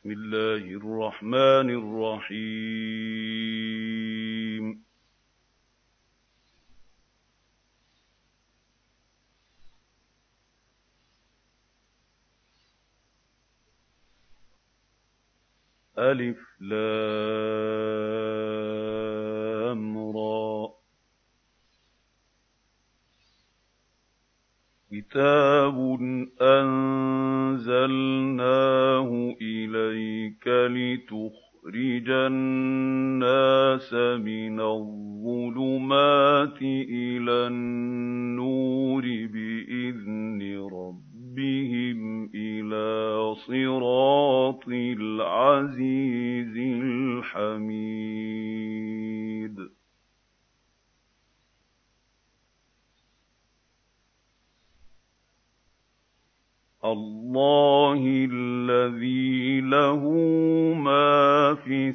بسم الله الرحمن الرحيم ألف لام را كتاب أنزلناه إليك لتخرج الناس من الظلمات إلى النور بإذن ربهم إلى صراط العزيز الحميد الله الذي له ما في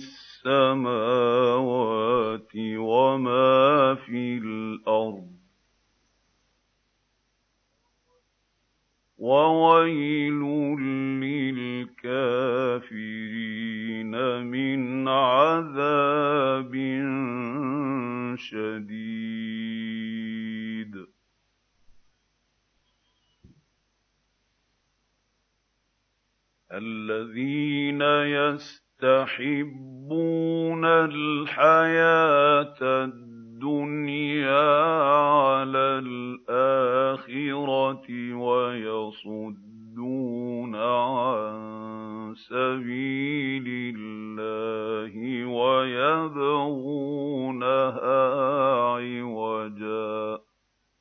السماوات وما في الأرض وويل للكافرين من عذاب شديد الذين يستحبون الحياة الدنيا على الآخرة ويصدون عن سبيل الله ويبغونها عوجا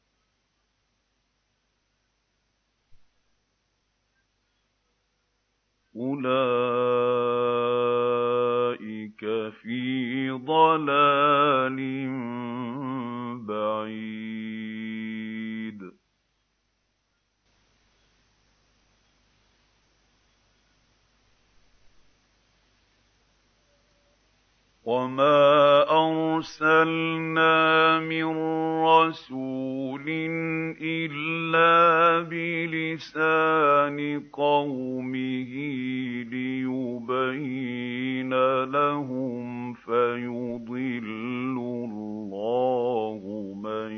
أولئك في ضلال بعيد وما أرسلنا من رسول إلا بلسان قومه ليبين لهم فيضل الله من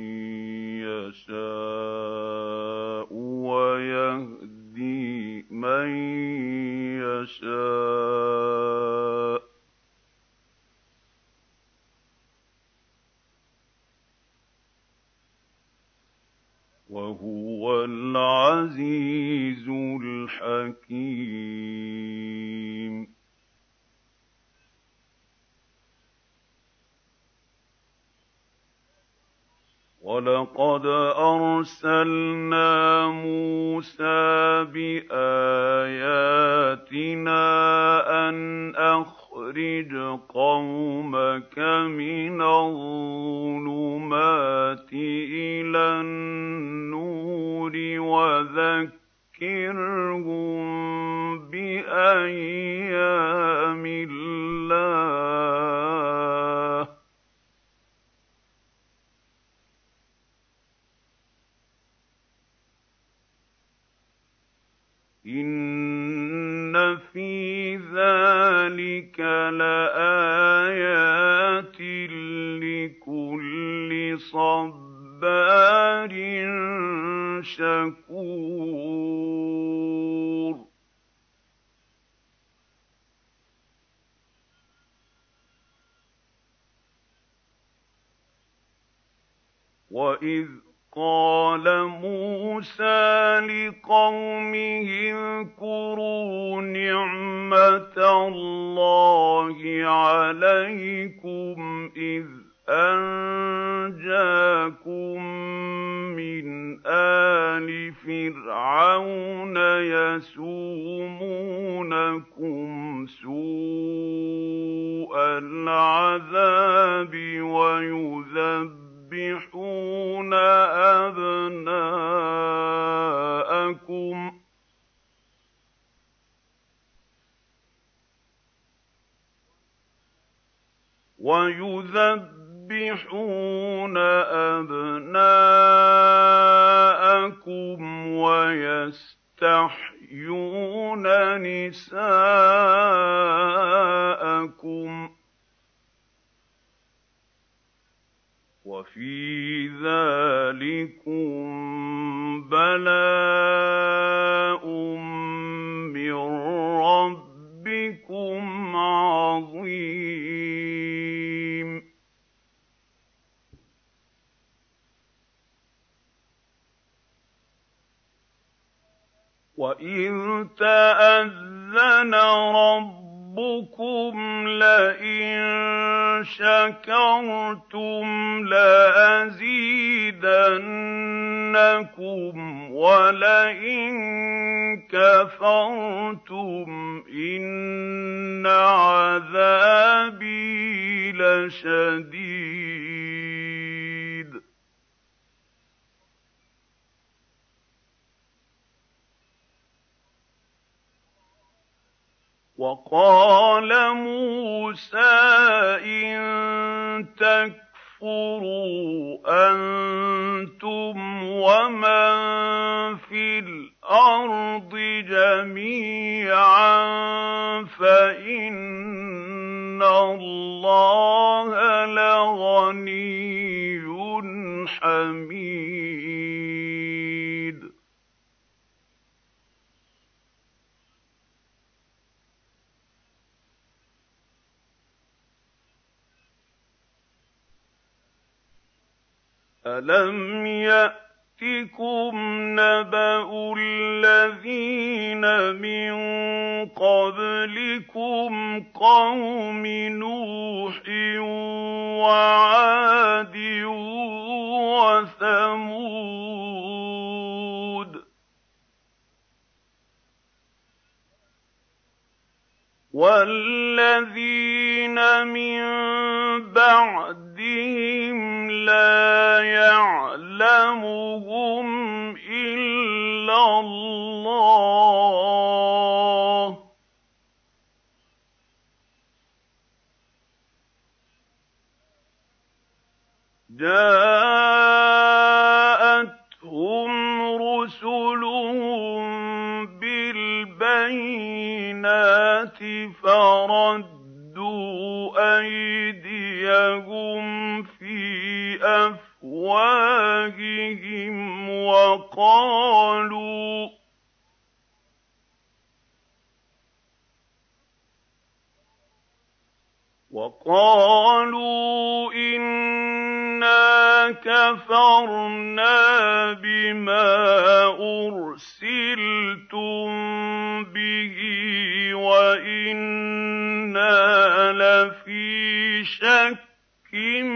يشاء ويهدي من يشاء وهو العزيز الحكيم وَلَقَدْ أَرْسَلْنَا مُوسَىٰ بِآيَاتِنَا أَنْ أَخْرِجْ قَوْمَكَ مِنَ الظُّلُمَاتِ إِلَى النُّورِ وَذَكِّرْهُم بِأَيَّامِ اللَّهِ ۚ إِنَّ فِي ذَٰلِكَ لَآيَاتٍ لِّكُلِّ صَبَّارٍ شَكُورٍ وَإِذْ قَالَ مُوسَىٰ لِقَوْمِهِ اذْكُرُوا نِعْمَةَ اللَّهِ عَلَيْكُمْ إِذْ أَنجَاكُم مِّنْ آلِ فِرْعَوْنَ يَسُومُونَكُمْ سُوءَ الْعَذَابِ وَيُذَبِّحُونَ أَبْنَاءَكُمْ وَيَسْتَحْيُونَ تستحيون نساءكم ۚ وفي ذَٰلِكُم بَلَاءٌ مِّن رَّبِّكُمْ عَظِيمٌ. وَإِذْ تَأَذَّنَ رَبُّكُمْ لَئِن شَكَرْتُمْ لَأَزِيدَنَّكُمْ وَلَئِن كَفَرْتُمْ إِنَّ عَذَابِي لَشَدِيدٌ. وَقَالَ مُوسَىٰ إِن تَكْفُرُوا أَنتُمْ وَمَن فِي الْأَرْضِ جَمِيعًا فَإِنَّ اللَّهَ لَغَنِيٌّ حَمِيدٌ. أَلَمْ يَأْتِكُمْ نَبَأُ الَّذِينَ مِن قَبْلِكُمْ قَوْمِ نُوحٍ وَعَادٍ وَثَمُودَ وَالَّذِينَ مِن بَعْدِهِمْ لَا يَعْلَمُهُمْ إِلَّا اللَّهُ ۚ جَاءَتْهُمْ رُسُلُهُم بِالْبَيِّنَاتِ فَرَدُّوا أَيْدِيَهُمْ فِي أَفْوَاهِهِمْ وَقَالُوا إِنَّا كَفَرْنَا بِمَا أُرْسِلْتُم بِهِ وَإِنَّا لَفِي شَكٍّ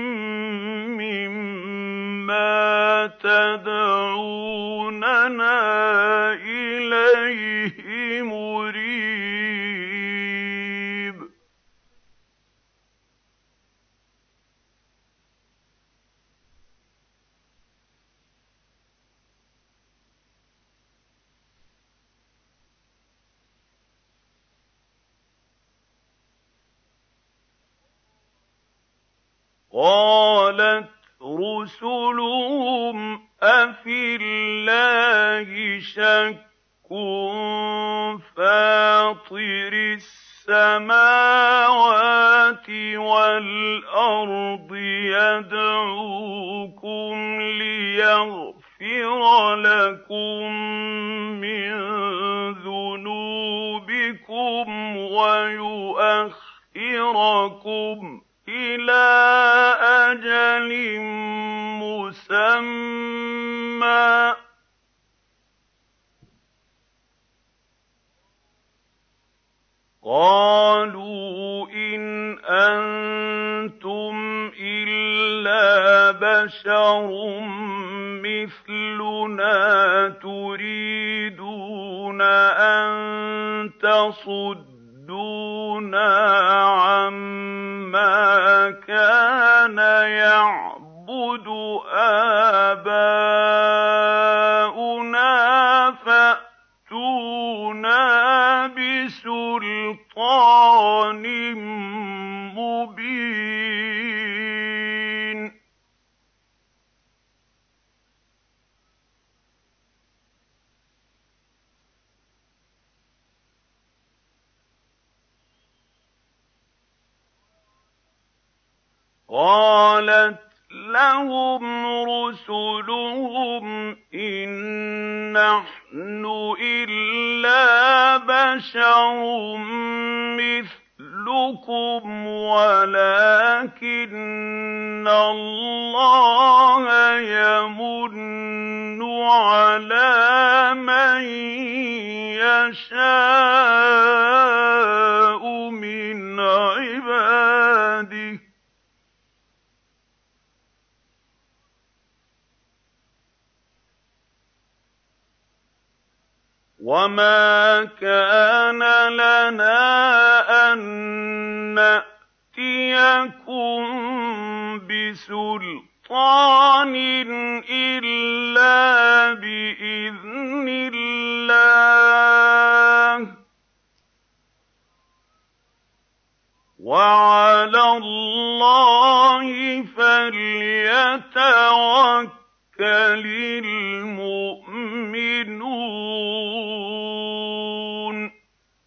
مِّمَّا تَدْعُونَنَا إِلَيْهِ مُرِيبٍ. قَالَتْ رُسُلُهُمْ أَفِي اللَّهِ شَكٌّ فَاطِرِ السَّمَاوَاتِ وَالْأَرْضِ يَدْعُوكُمْ لِيَغْفِرَ لَكُم مِّن ذُنُوبِكُمْ وَيُؤَخِّرَكُمْ إِلَىٰ أَجَلٍ مُّسَمًّى ۚ قَالُوا إِنْ أَنتُمْ إِلَّا بَشَرٌ مِّثْلُنَا تُرِيدُونَ أَن تَصُدُّونَا عَمَّا كَانَ يَعْبُدُ آبَاؤُنَا فَأْتُونَا بِسُلْطَانٍ مُّبِينٍ. قَالَتْ لَهُمْ رُسُلُهُمْ إِن نَّحْنُ إِلَّا بَشَرٌ مِّثْلُكُمْ وَلَٰكِنَّ اللَّهَ يَمُنُّ عَلَىٰ مَن يَشَاءُ مِنْ عِبَادِهِ ۖ وَمَا كَانَ لَنَا أَن نَّأْتِيَكُم بِسُلْطَانٍ إِلَّا بِإِذْنِ اللَّهِ ۚ وَعَلَى اللَّهِ فَلْيَتَوَكَّلِ الْمُؤْمِنُونَ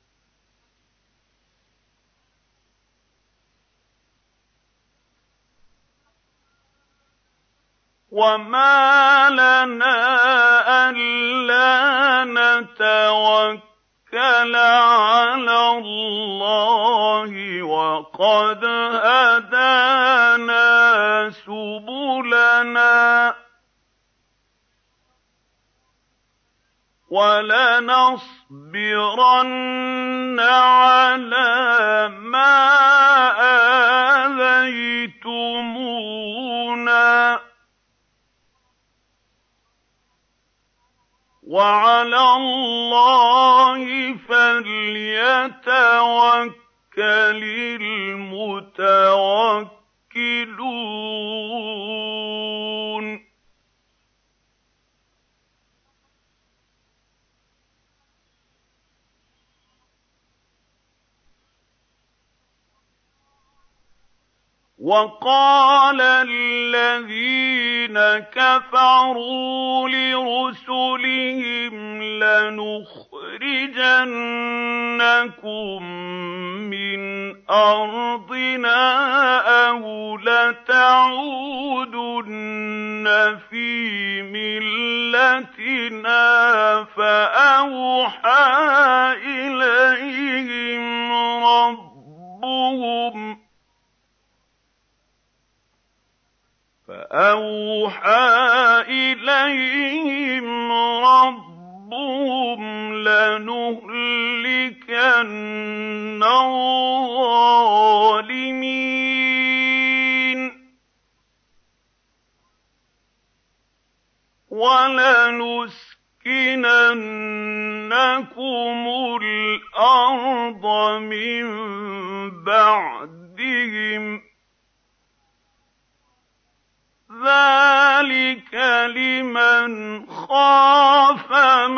وَمَا لَنَا أَلَّا نَتَوَكَّلَ عَلَى اللَّهِ وَقَدْ هَدَانَا سُبُلَنَا ۚ وَلَنَصْبِرَنَّ عَلَىٰ مَا آذَيْتُمُونَا ۚ وَعَلَى اللَّهِ فَلْيَتَوَكَّلِ الْمُتَوَكِّلُونَ وَقَالَ الَّذِينَ كَفَرُوا لِرُسُلِهِمْ لَنُخْرِجَنَّكُم مِّنْ أَرْضِنَا أَوْ لَتَعُودُنَّ فِي مِلَّتِنَا ۖ فَأَوْحَىٰ إِلَيْهِمْ رَبُّهُمْ لَنُهْلِكَنَّ الظَّالِمِينَ وَلَنُسْكِنَنَّكُمُ الْأَرْضَ مِن بَعْدِهِمْ ۚ ذَٰلِكَ لِمَنْ خَافَ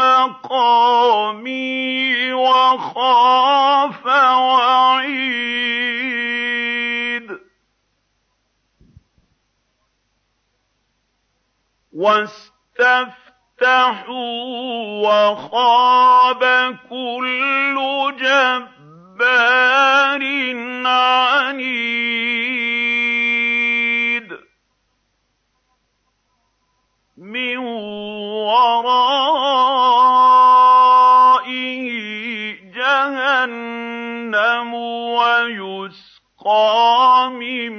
مَقَامِي وَخَافَ وَعِيدِ وَاسْتَفْتَحُوا وَخَابَ كُلُّ جَبَّارٍ عَنِيدٍ مِّن وَرَائِهِ جَهَنَّمُ وَيُسْقَىٰ مِن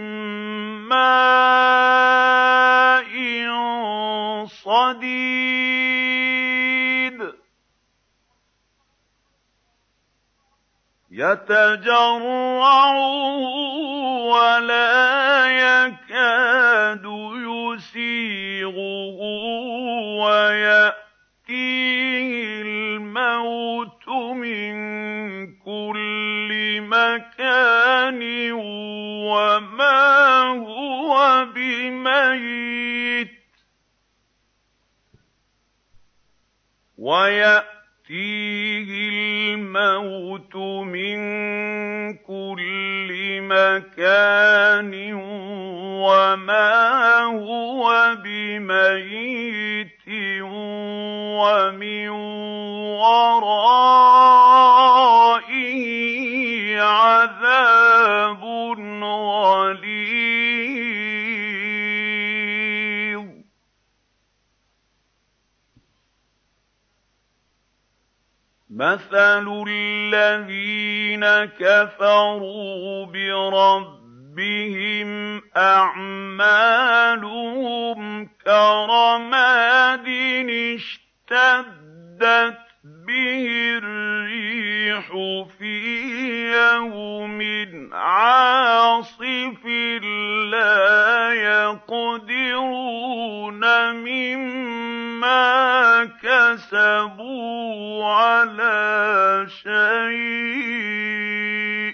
مَّاءٍ صَدِيدٍ يَتَجَرَّعُهُ وَلَا يَكَادُ يُسِيغُهُ وَيَأْتِيهِ الْمَوْتُ مِن كُلِّ مَكَانٍ وَمَا هُوَ بِمَيِّتٍ وَمِن وَرَائِهِ عَذَابٌ غَلِيظٌ مَثَلُ الَّذِينَ كَفَرُوا بِرَبِّهِمْ أَعْمَالُهُمْ كَرَمَادٍ اشْتَدَّتْ بِهِ الرِّيحُ فِي يَوْمٍ عَاصِفٍ لَّا يَقْدِرُونَ مِمَّا كَسَبُوا عَلَىٰ شَيْءٍ ۚ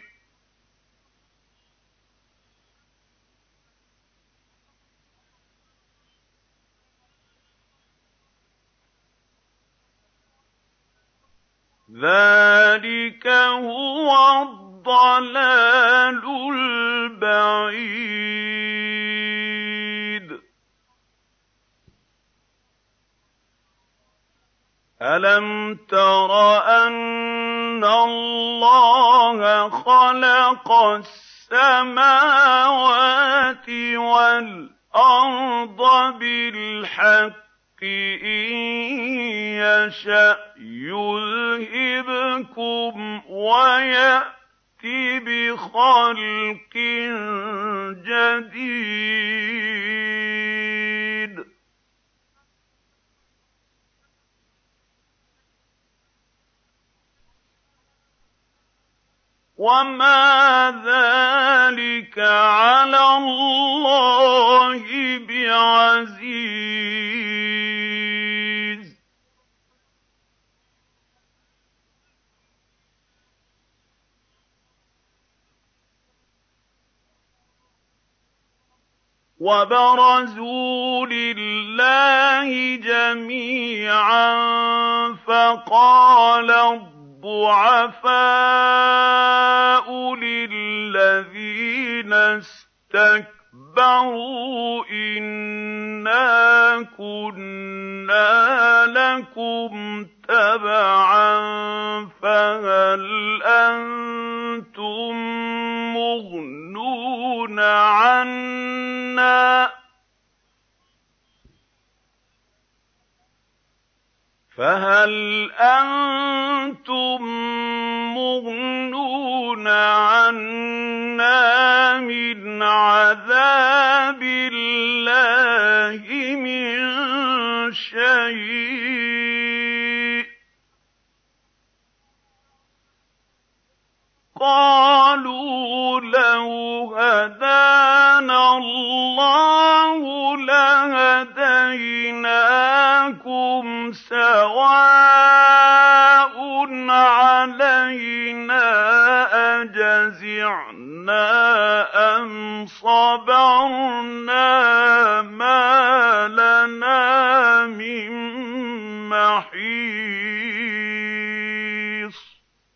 ذَٰلِكَ هُوَ الضَّلَالُ الْبَعِيدُ. أَلَمْ تَرَ أَنَّ اللَّهَ خَلَقَ السَّمَاوَاتِ وَالْأَرْضَ بِالْحَقِّ ۚ إِن يَشَأْ يُذْهِبْكُمْ وَيَأْتِ بِخَلْقٍ جَدِيدٍ ۚ وَمَا ذَٰلِكَ عَلَى اللَّهِ بِعَزِيزٍ. وَبَرَزُوا لِلَّهِ جَمِيعًا فَقَالَ الضُّعَفَاءُ لِلَّذِينَ اسْتَكْبَرُوا إِنَّا كُنَّا لَكُمْ تَبَعًا فَهَلْ أَنتُم مُّغْنُونَ عَنَّا مِنْ عَذَابِ اللَّهِ مِن شَيْءٍ ۚ قَالُوا لَوْ هَدَانَا اللَّهُ لَهَدَيْنَاكُمْ ۖ سَوَاءٌ عَلَيْنَا أَجَزِعْنَا أَمْ صَبَرْنَا مَا لَنَا مِن مَّحِيصٍ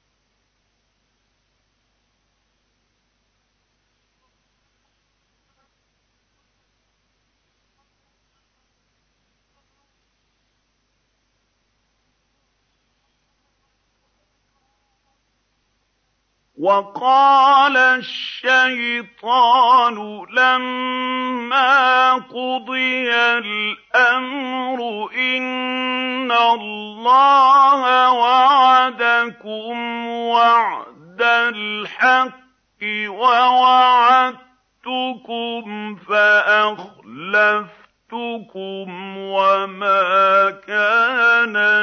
وَقَالَ الشَّيْطَانُ لَمَّا قُضِيَ الْأَمْرُ إِنَّ اللَّهَ وَعَدَكُمْ وَعْدَ الْحَقِّ وَوَعَدتُّكُمْ فَأَخْلَفْتُكُمْ وَمَا كَانَ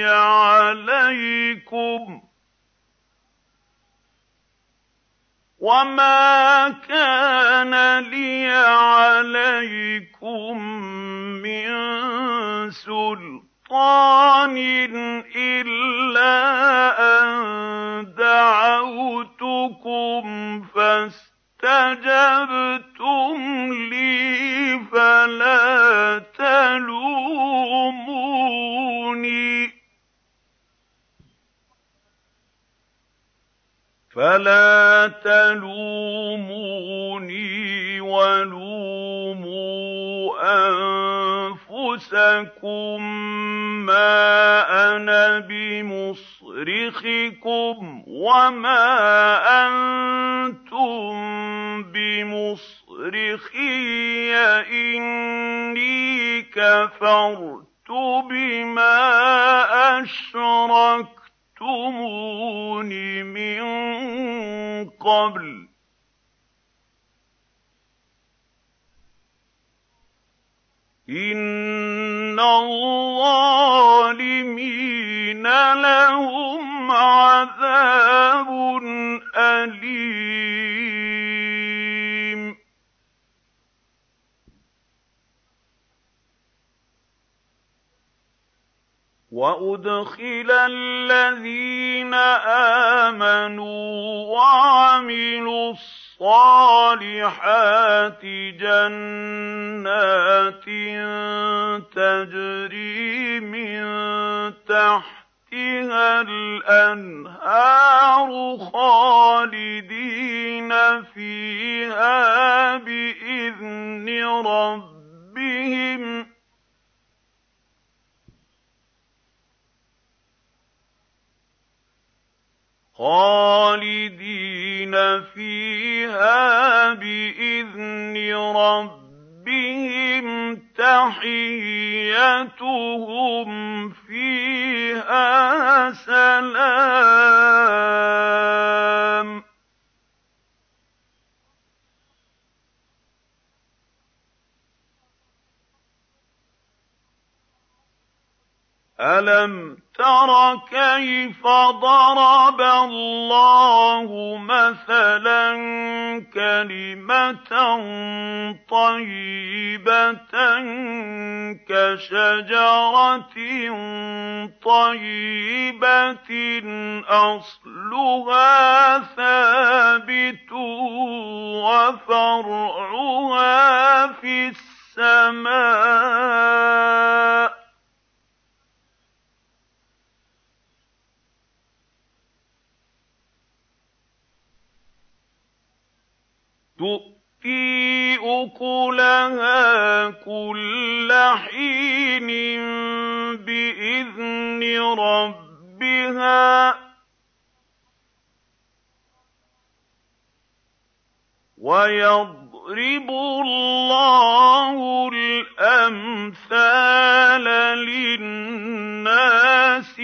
لِيَ عَلَيْكُم مِّن سُلْطَانٍ إِلَّا أَن دَعَوْتُكُمْ فَاسْتَجَبْتُمْ لِي فَلَا تَلُومُونِي وَلُومُوا أَنفُسَكُم ۖ مَّا أَنَا بِمُصْرِخِكُمْ وَمَا أَنتُم بِمُصْرِخِيَّ ۖ إِنِّي كَفَرْتُ بِمَا أَشْرَكْتُمُونِ قَبْلُ إِنَّ الظَّالِمِينَ لَهُمْ عَذَابٌ أَلِيمٌ وَأُدْخِلَ الَّذِينَ آمَنُوا وَعَمِلُوا الصَّالِحَاتِ جَنَّاتٍ تَجْرِي مِن تَحْتِهَا الْأَنْهَارُ خَالِدِينَ فِيهَا بِإِذْنِ رَبِّهِمْ تَحِيَّتُهُمْ فِيهَا سَلَامٌ أَلَمْ تَرَ كَيْفَ ضَرَبَ اللَّهُ مَثَلًا كَلِمَةً طَيِّبَةً كَشَجَرَةٍ طَيِّبَةٍ أَصْلُهَا ثَابِتٌ وَفَرْعُهَا فِي السَّمَاءِ تُؤْتِي أُكُلَهَا كُلَّ حِينٍ بِإِذْنِ رَبِّهَا ۗ وَيَضْرِبُ اللَّهُ الْأَمْثَالَ لِلنَّاسِ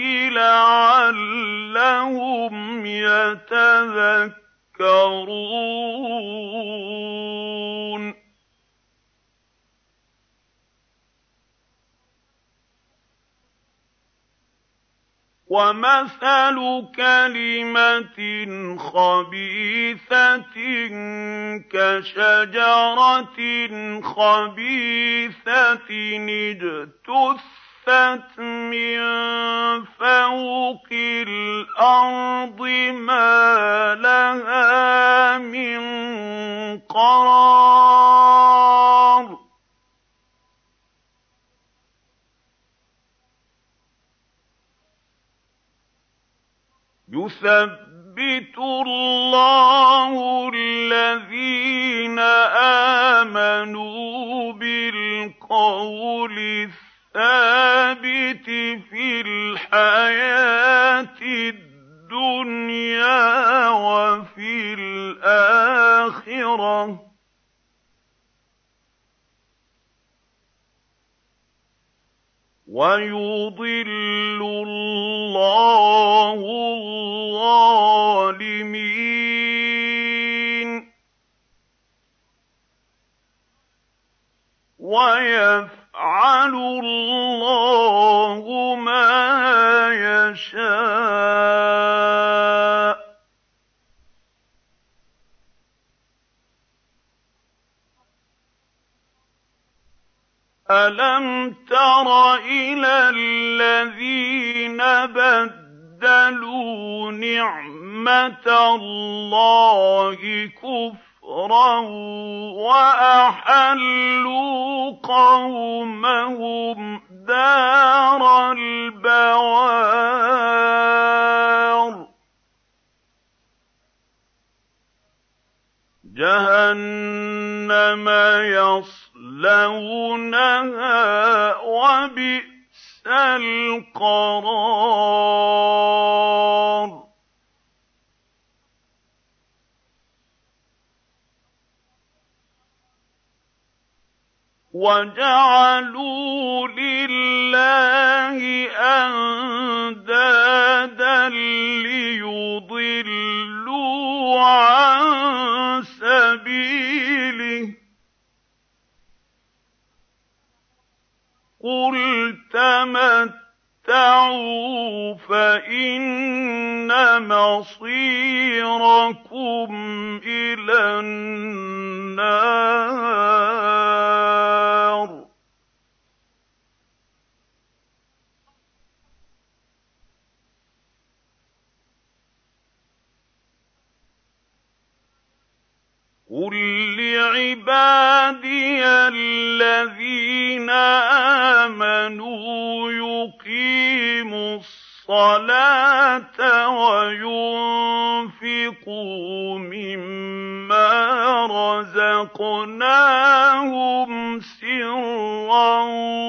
لَعَلَّهُمْ يَتَذَكَّرُونَ وَمَثَلُ كَلِمَةٍ خَبِيثَةٍ كَشَجَرَةٍ خَبِيثَةٍ اجْتُثَّتْ مِن فَوْقِ الْأَرْضِ مَا لَهَا مِن قَرَارٍ يُثَبِّتُ اللَّهُ الَّذِينَ آمَنُوا بِالْقَوْلِ الثَّابِتِ فِي الْحَيَاةِ الدُّنْيَا وَفِي الْآخِرَةِ ۖ وَيُضِلُّ اللَّهُ الظَّالِمِينَ وَيَفْعَلُ اللَّهُ مَا يَشَاءُ أَلَمْ تَرَ إِلَى الَّذِينَ بَدَّلُوا نِعْمَةَ اللَّهِ كُفْرًا وَأَحَلُّوا قَوْمَهُمْ دَارَ الْبَوَارِ جَهَنَّمَ يَصْلَوْنَهَا وَبِئْسَ الْقَرَارُ وَجَعَلُوا لِلَّهِ أَندَادًا لِّيُضِلُّوا عَن سَبِيلِهِ قُلْ تَمَتَّعُوا فَإِنَّ مَصِيرَكُمْ إِلَى النَّارِ قُل لِّعِبَادِيَ الَّذِينَ آمَنُوا يُقِيمُوا الصَّلَاةَ وَيُنفِقُوا مِمَّا رَزَقْنَاهُمْ سِرًّا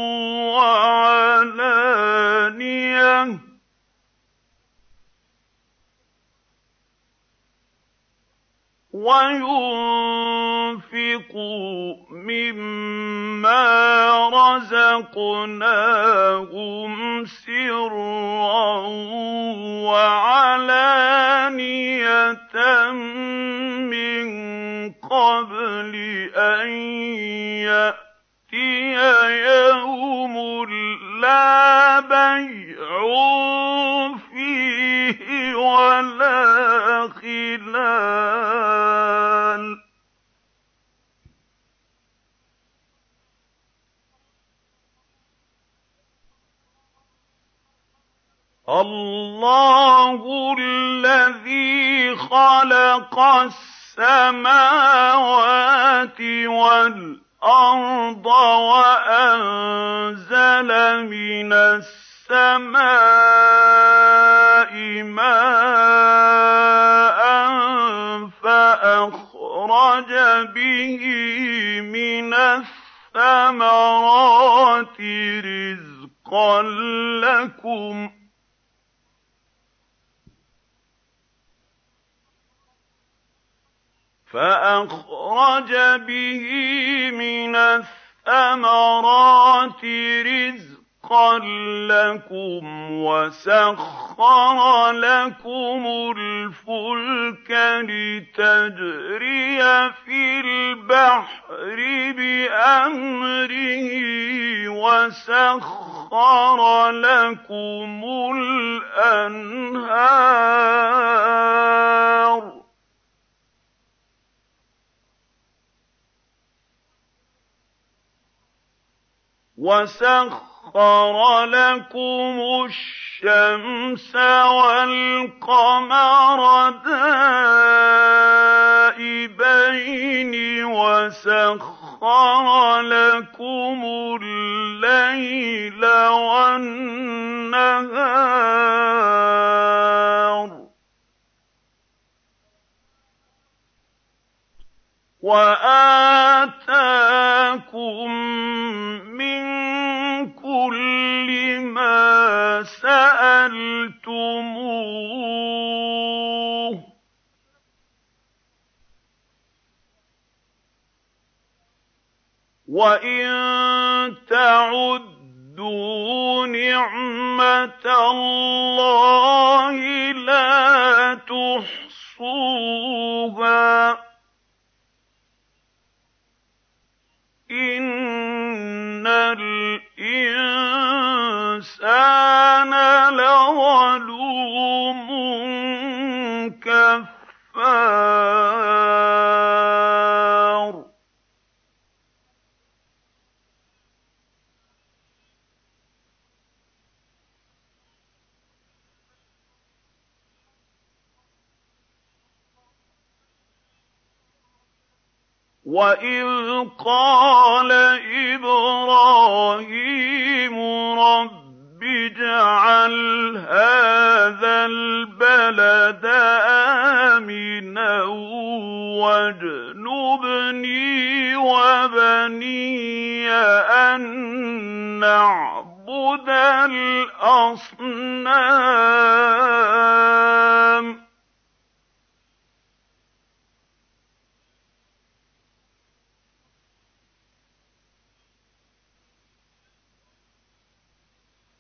وَعَلَانِيَةً مِّن قَبْلِ أَن يَأْتِيَ يَوْمٌ لَّا بَيْعٌ فِيهِ وَلَا خِلَالٌ اللَّهُ الَّذِي خَلَقَ السَّمَاوَاتِ وَالْأَرْضَ وَأَنزَلَ مِنَ السَّمَاءِ مَاءً فَأَخْرَجَ بِهِ مِنَ الثَّمَرَاتِ رِزْقًا لَّكُمْ وَسَخَّرَ لَكُمُ الْفُلْكَ لِتَجْرِيَ فِي الْبَحْرِ بِأَمْرِهِ وَسَخَّرَ لَكُمُ الْأَنْهَارَ وَسَخَّرَ لَكُمُ الشَّمْسَ وَالْقَمَرَ دَائِبَيْنِ وَسَخَّرَ لَكُمُ اللَّيْلَ وَالنَّهَارَ وَآتَاكُم مِّن كُلِّ مَا سَأَلْتُمُوهُ ۚ وَإِن تَعُدُّوا نِعْمَةَ اللَّهِ لَا تُحْصُوهَا ۗ إِنَّ الْإِنسَانَ لَظَلُومٌ كَفَّارٌ وَإِذْ قَالَ إِبْرَاهِيمُ رَبِّ اجْعَلْ هَٰذَا الْبَلَدَ آمِنًا وَاجْنُبْنِي وَبَنِيَّ أَن نَّعْبُدَ الْأَصْنَامَ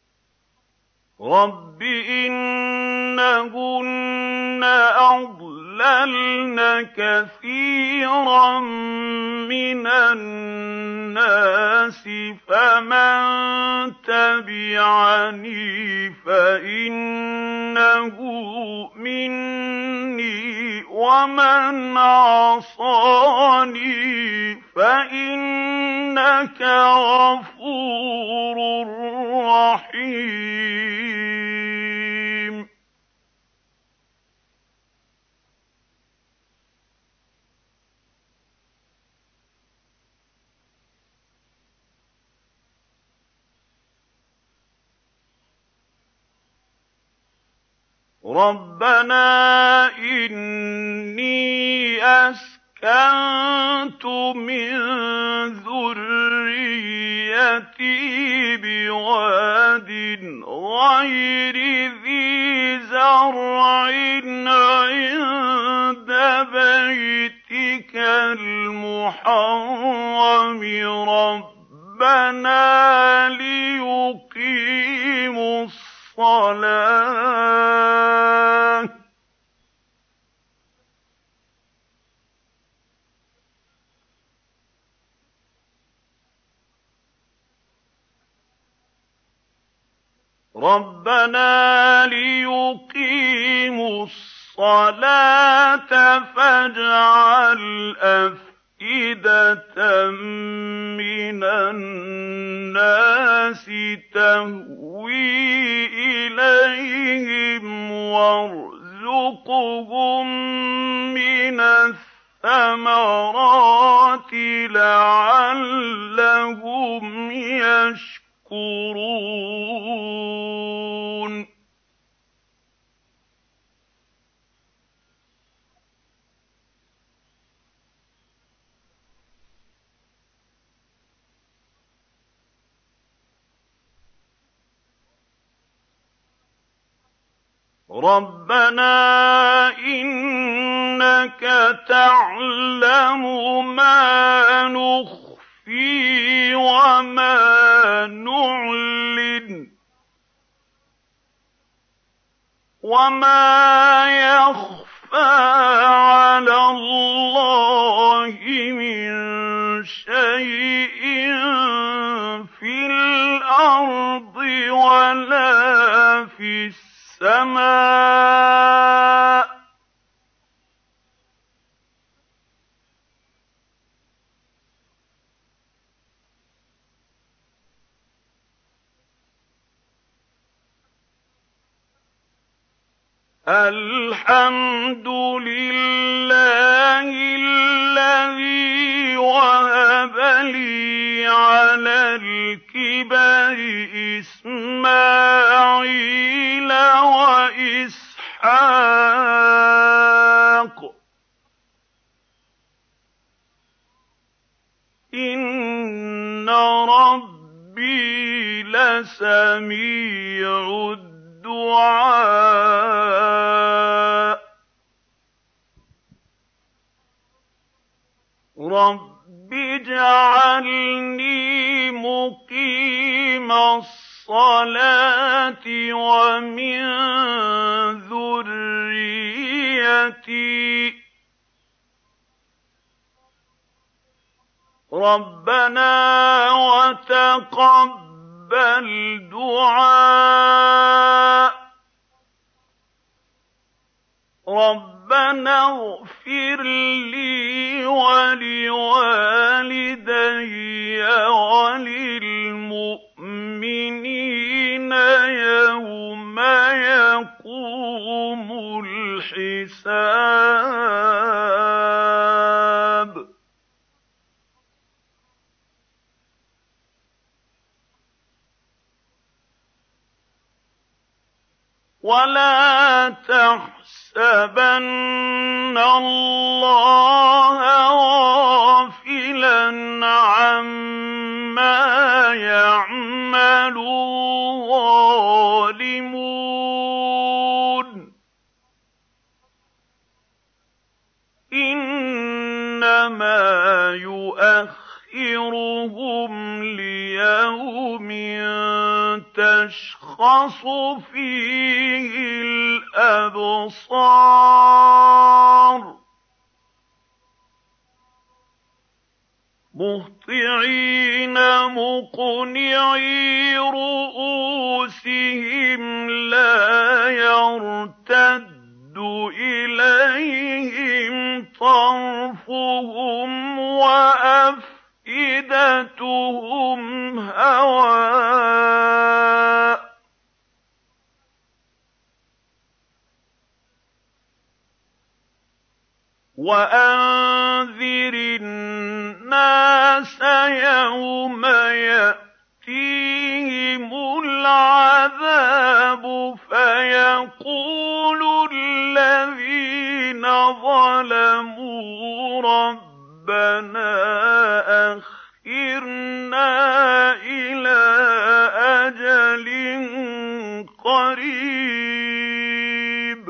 رَبِّ إِنَّهُنَّ أَضْلَلْنَ أَضْلَلْنَ كَثِيرًا مِّنَ النَّاسِ فَمَن تَبِعَنِي فَإِنَّهُ مِنِّي وَمَنْ عَصَانِي فَإِنَّكَ غَفُورٌ رَّحِيمٌ رَبَّنَا إِنِّي أَسْكَنتُ مِن ذُرِّيَّتِي بِوَادٍ غَيْرِ ذِي زَرْعٍ عِندَ بَيْتِكَ الْمُحَرَّمِ رَبَّنَا لِيُقِيمُوا الصَّلَاةَ فاجعل أفئدة مِّنَ النَّاسِ تَهْوِي إِلَيْهِمْ وَارْزُقْهُم مِّنَ الثَّمَرَاتِ لَعَلَّهُمْ يَشْكُرُونَ رَبَّنَا إِنَّكَ تَعْلَمُ مَا نُخْفِي وَمَا نُعْلِنُ وَمَا يَخْفَىٰ عَلَى اللَّهِ مِن شَيْءٍ فِي الْأَرْضِ وَلَا فِي السَّمَاءِ الْحَمْدُ لِلَّهِ الَّذِي وَهَبَ لِي عَلَى الْكِبَرِ إِسْمَاعِيلَ وَإِسْحَاقَ ۚ إِنَّ رَبِّي لَسَمِيعُ الدُّعَاءِ رَبِّ اجْعَلْنِي مُقِيمَ الصَّلَاةِ وَمِن ذُرِّيَّتِي ۚ رَبَّنَا وَتَقَبَّلْ دُعَاءِ رَبَّنَا اغْفِرْ لِي وَلِوَالِدَيَّ وَلِلْمُؤْمِنِينَ يَوْمَ يَقُومُ الْحِسَابُ وَلَا تَحْسَبَنَّ اللَّهَ غَافِلًا عَمَّا يَعْمَلُ الظَّالِمُونَ ۚ إِنَّمَا يُؤَخِّرُهُمْ لِيَوْمٍ تَشْخَصُ فِيهِ الْأَبْصَارُ مُهْطِعِينَ مُقْنِعِي رُءُوسِهِمْ لَا يَرْتَدُّ إِلَيْهِمْ طَرْفُهُمْ وَأَفْئِدَتُهُمْ هَوَاءٌ وَأَنذِرِ النَّاسَ يَوْمَ يَأْتِيهِمُ الْعَذَابُ فَيَقُولُ الَّذِينَ ظَلَمُوا رَبَّنَا أَخِّرْنَا إِلَىٰ أَجَلٍ قَرِيبٍ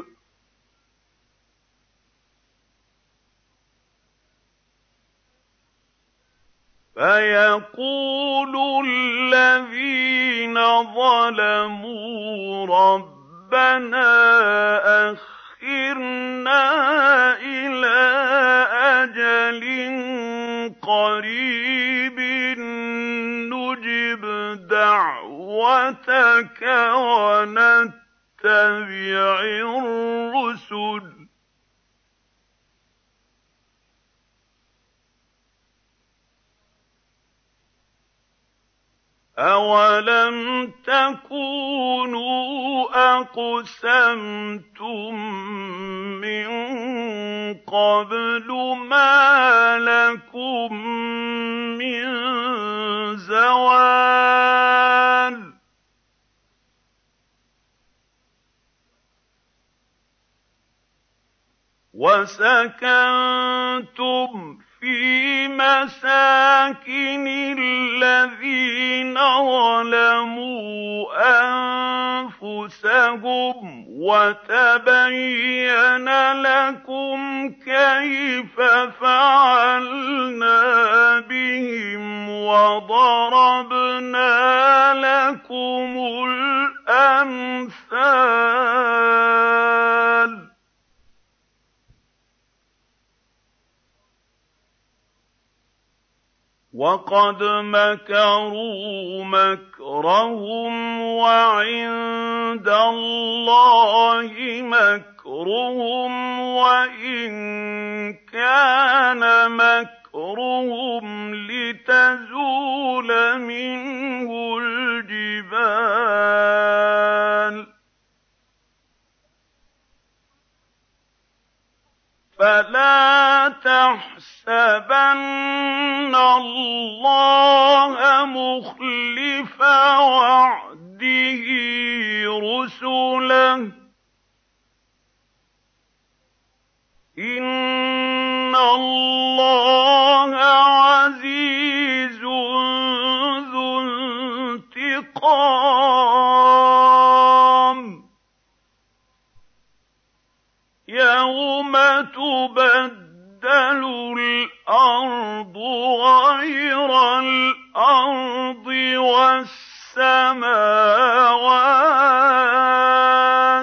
فَيَقُولُ الَّذِينَ ظَلَمُوا رَبَّنَا أَخِّرْنَا إِلَىٰ أَجَلٍ قَرِيبٍ نُّجِبْ دَعْوَتَكَ وَنَتَّبِعِ الرُّسُلَ ۗ أَوَلَمْ تَكُونُوا أَقْسَمْتُم مِّن قَبْلُ مَا لَكُم مِّن زَوَالٍ وَسَكَنتُمْ فِي مَسَاكِنِ الَّذِينَ ظَلَمُوا أَنفُسَهُمْ وَتَبَيَّنَ لَكُمْ كَيْفَ فَعَلْنَا بِهِمْ وَضَرَبْنَا لَكُمُ الْأَمْثَالَ وَقَدْ مَكَرُوا مَكْرَهُمْ وَعِندَ اللَّهِ مَكْرُهُمْ وَإِن كَانَ مَكْرُهُمْ لِتَزُولَ مِنْهُ الْجِبَالُ فَلَا تَحْسَبَنَّ اللَّهَ مُخْلِفَ وَعْدِهِ رُسُلَهُ ۗ إِنَّ اللَّهَ عَزِيزٌ ذُو انتِقَامٍ يَوْمَ تُبَدَّلُ الْأَرْضُ غَيْرَ الْأَرْضِ وَالسَّمَاوَاتُ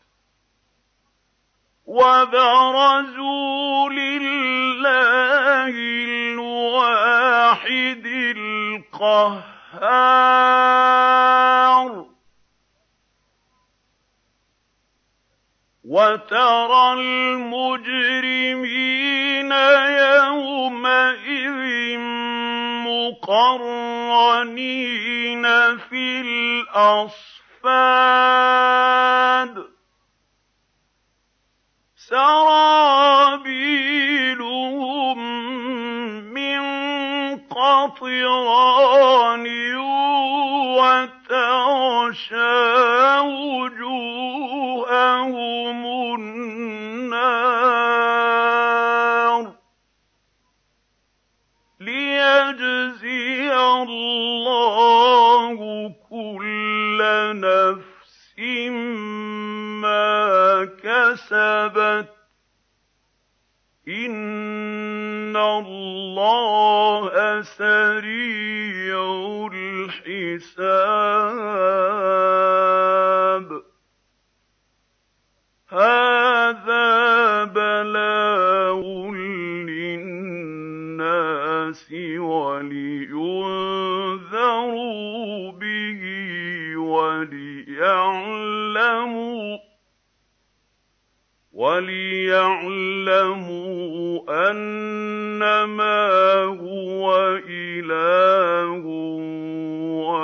وَبَرَزُوا لِلَّهِ الْوَاحِدِ الْقَهَّارِ وَتَرَى الْمُجْرِمِينَ يَوْمَئِذٍ مُّقَرَّنِينَ فِي الْأَصْفَادِ سَرَابِيلُهُم مِّن قَطِرَانٍ وَتَغْشَىٰ وُجُوهَهُمُ النَّارُ لِيَجْزِيَ اللَّهُ كُلَّ نَفْسٍ مَّا كَسَبَتْ ۚ إِنَّ اللَّهَ سَرِيعُ الْحِسَابِ هَٰذَا بَلَاغٌ لِّلنَّاسِ وَلِيَعْلَمُوا أَنَّمَا هُوَ إِلَٰهٌ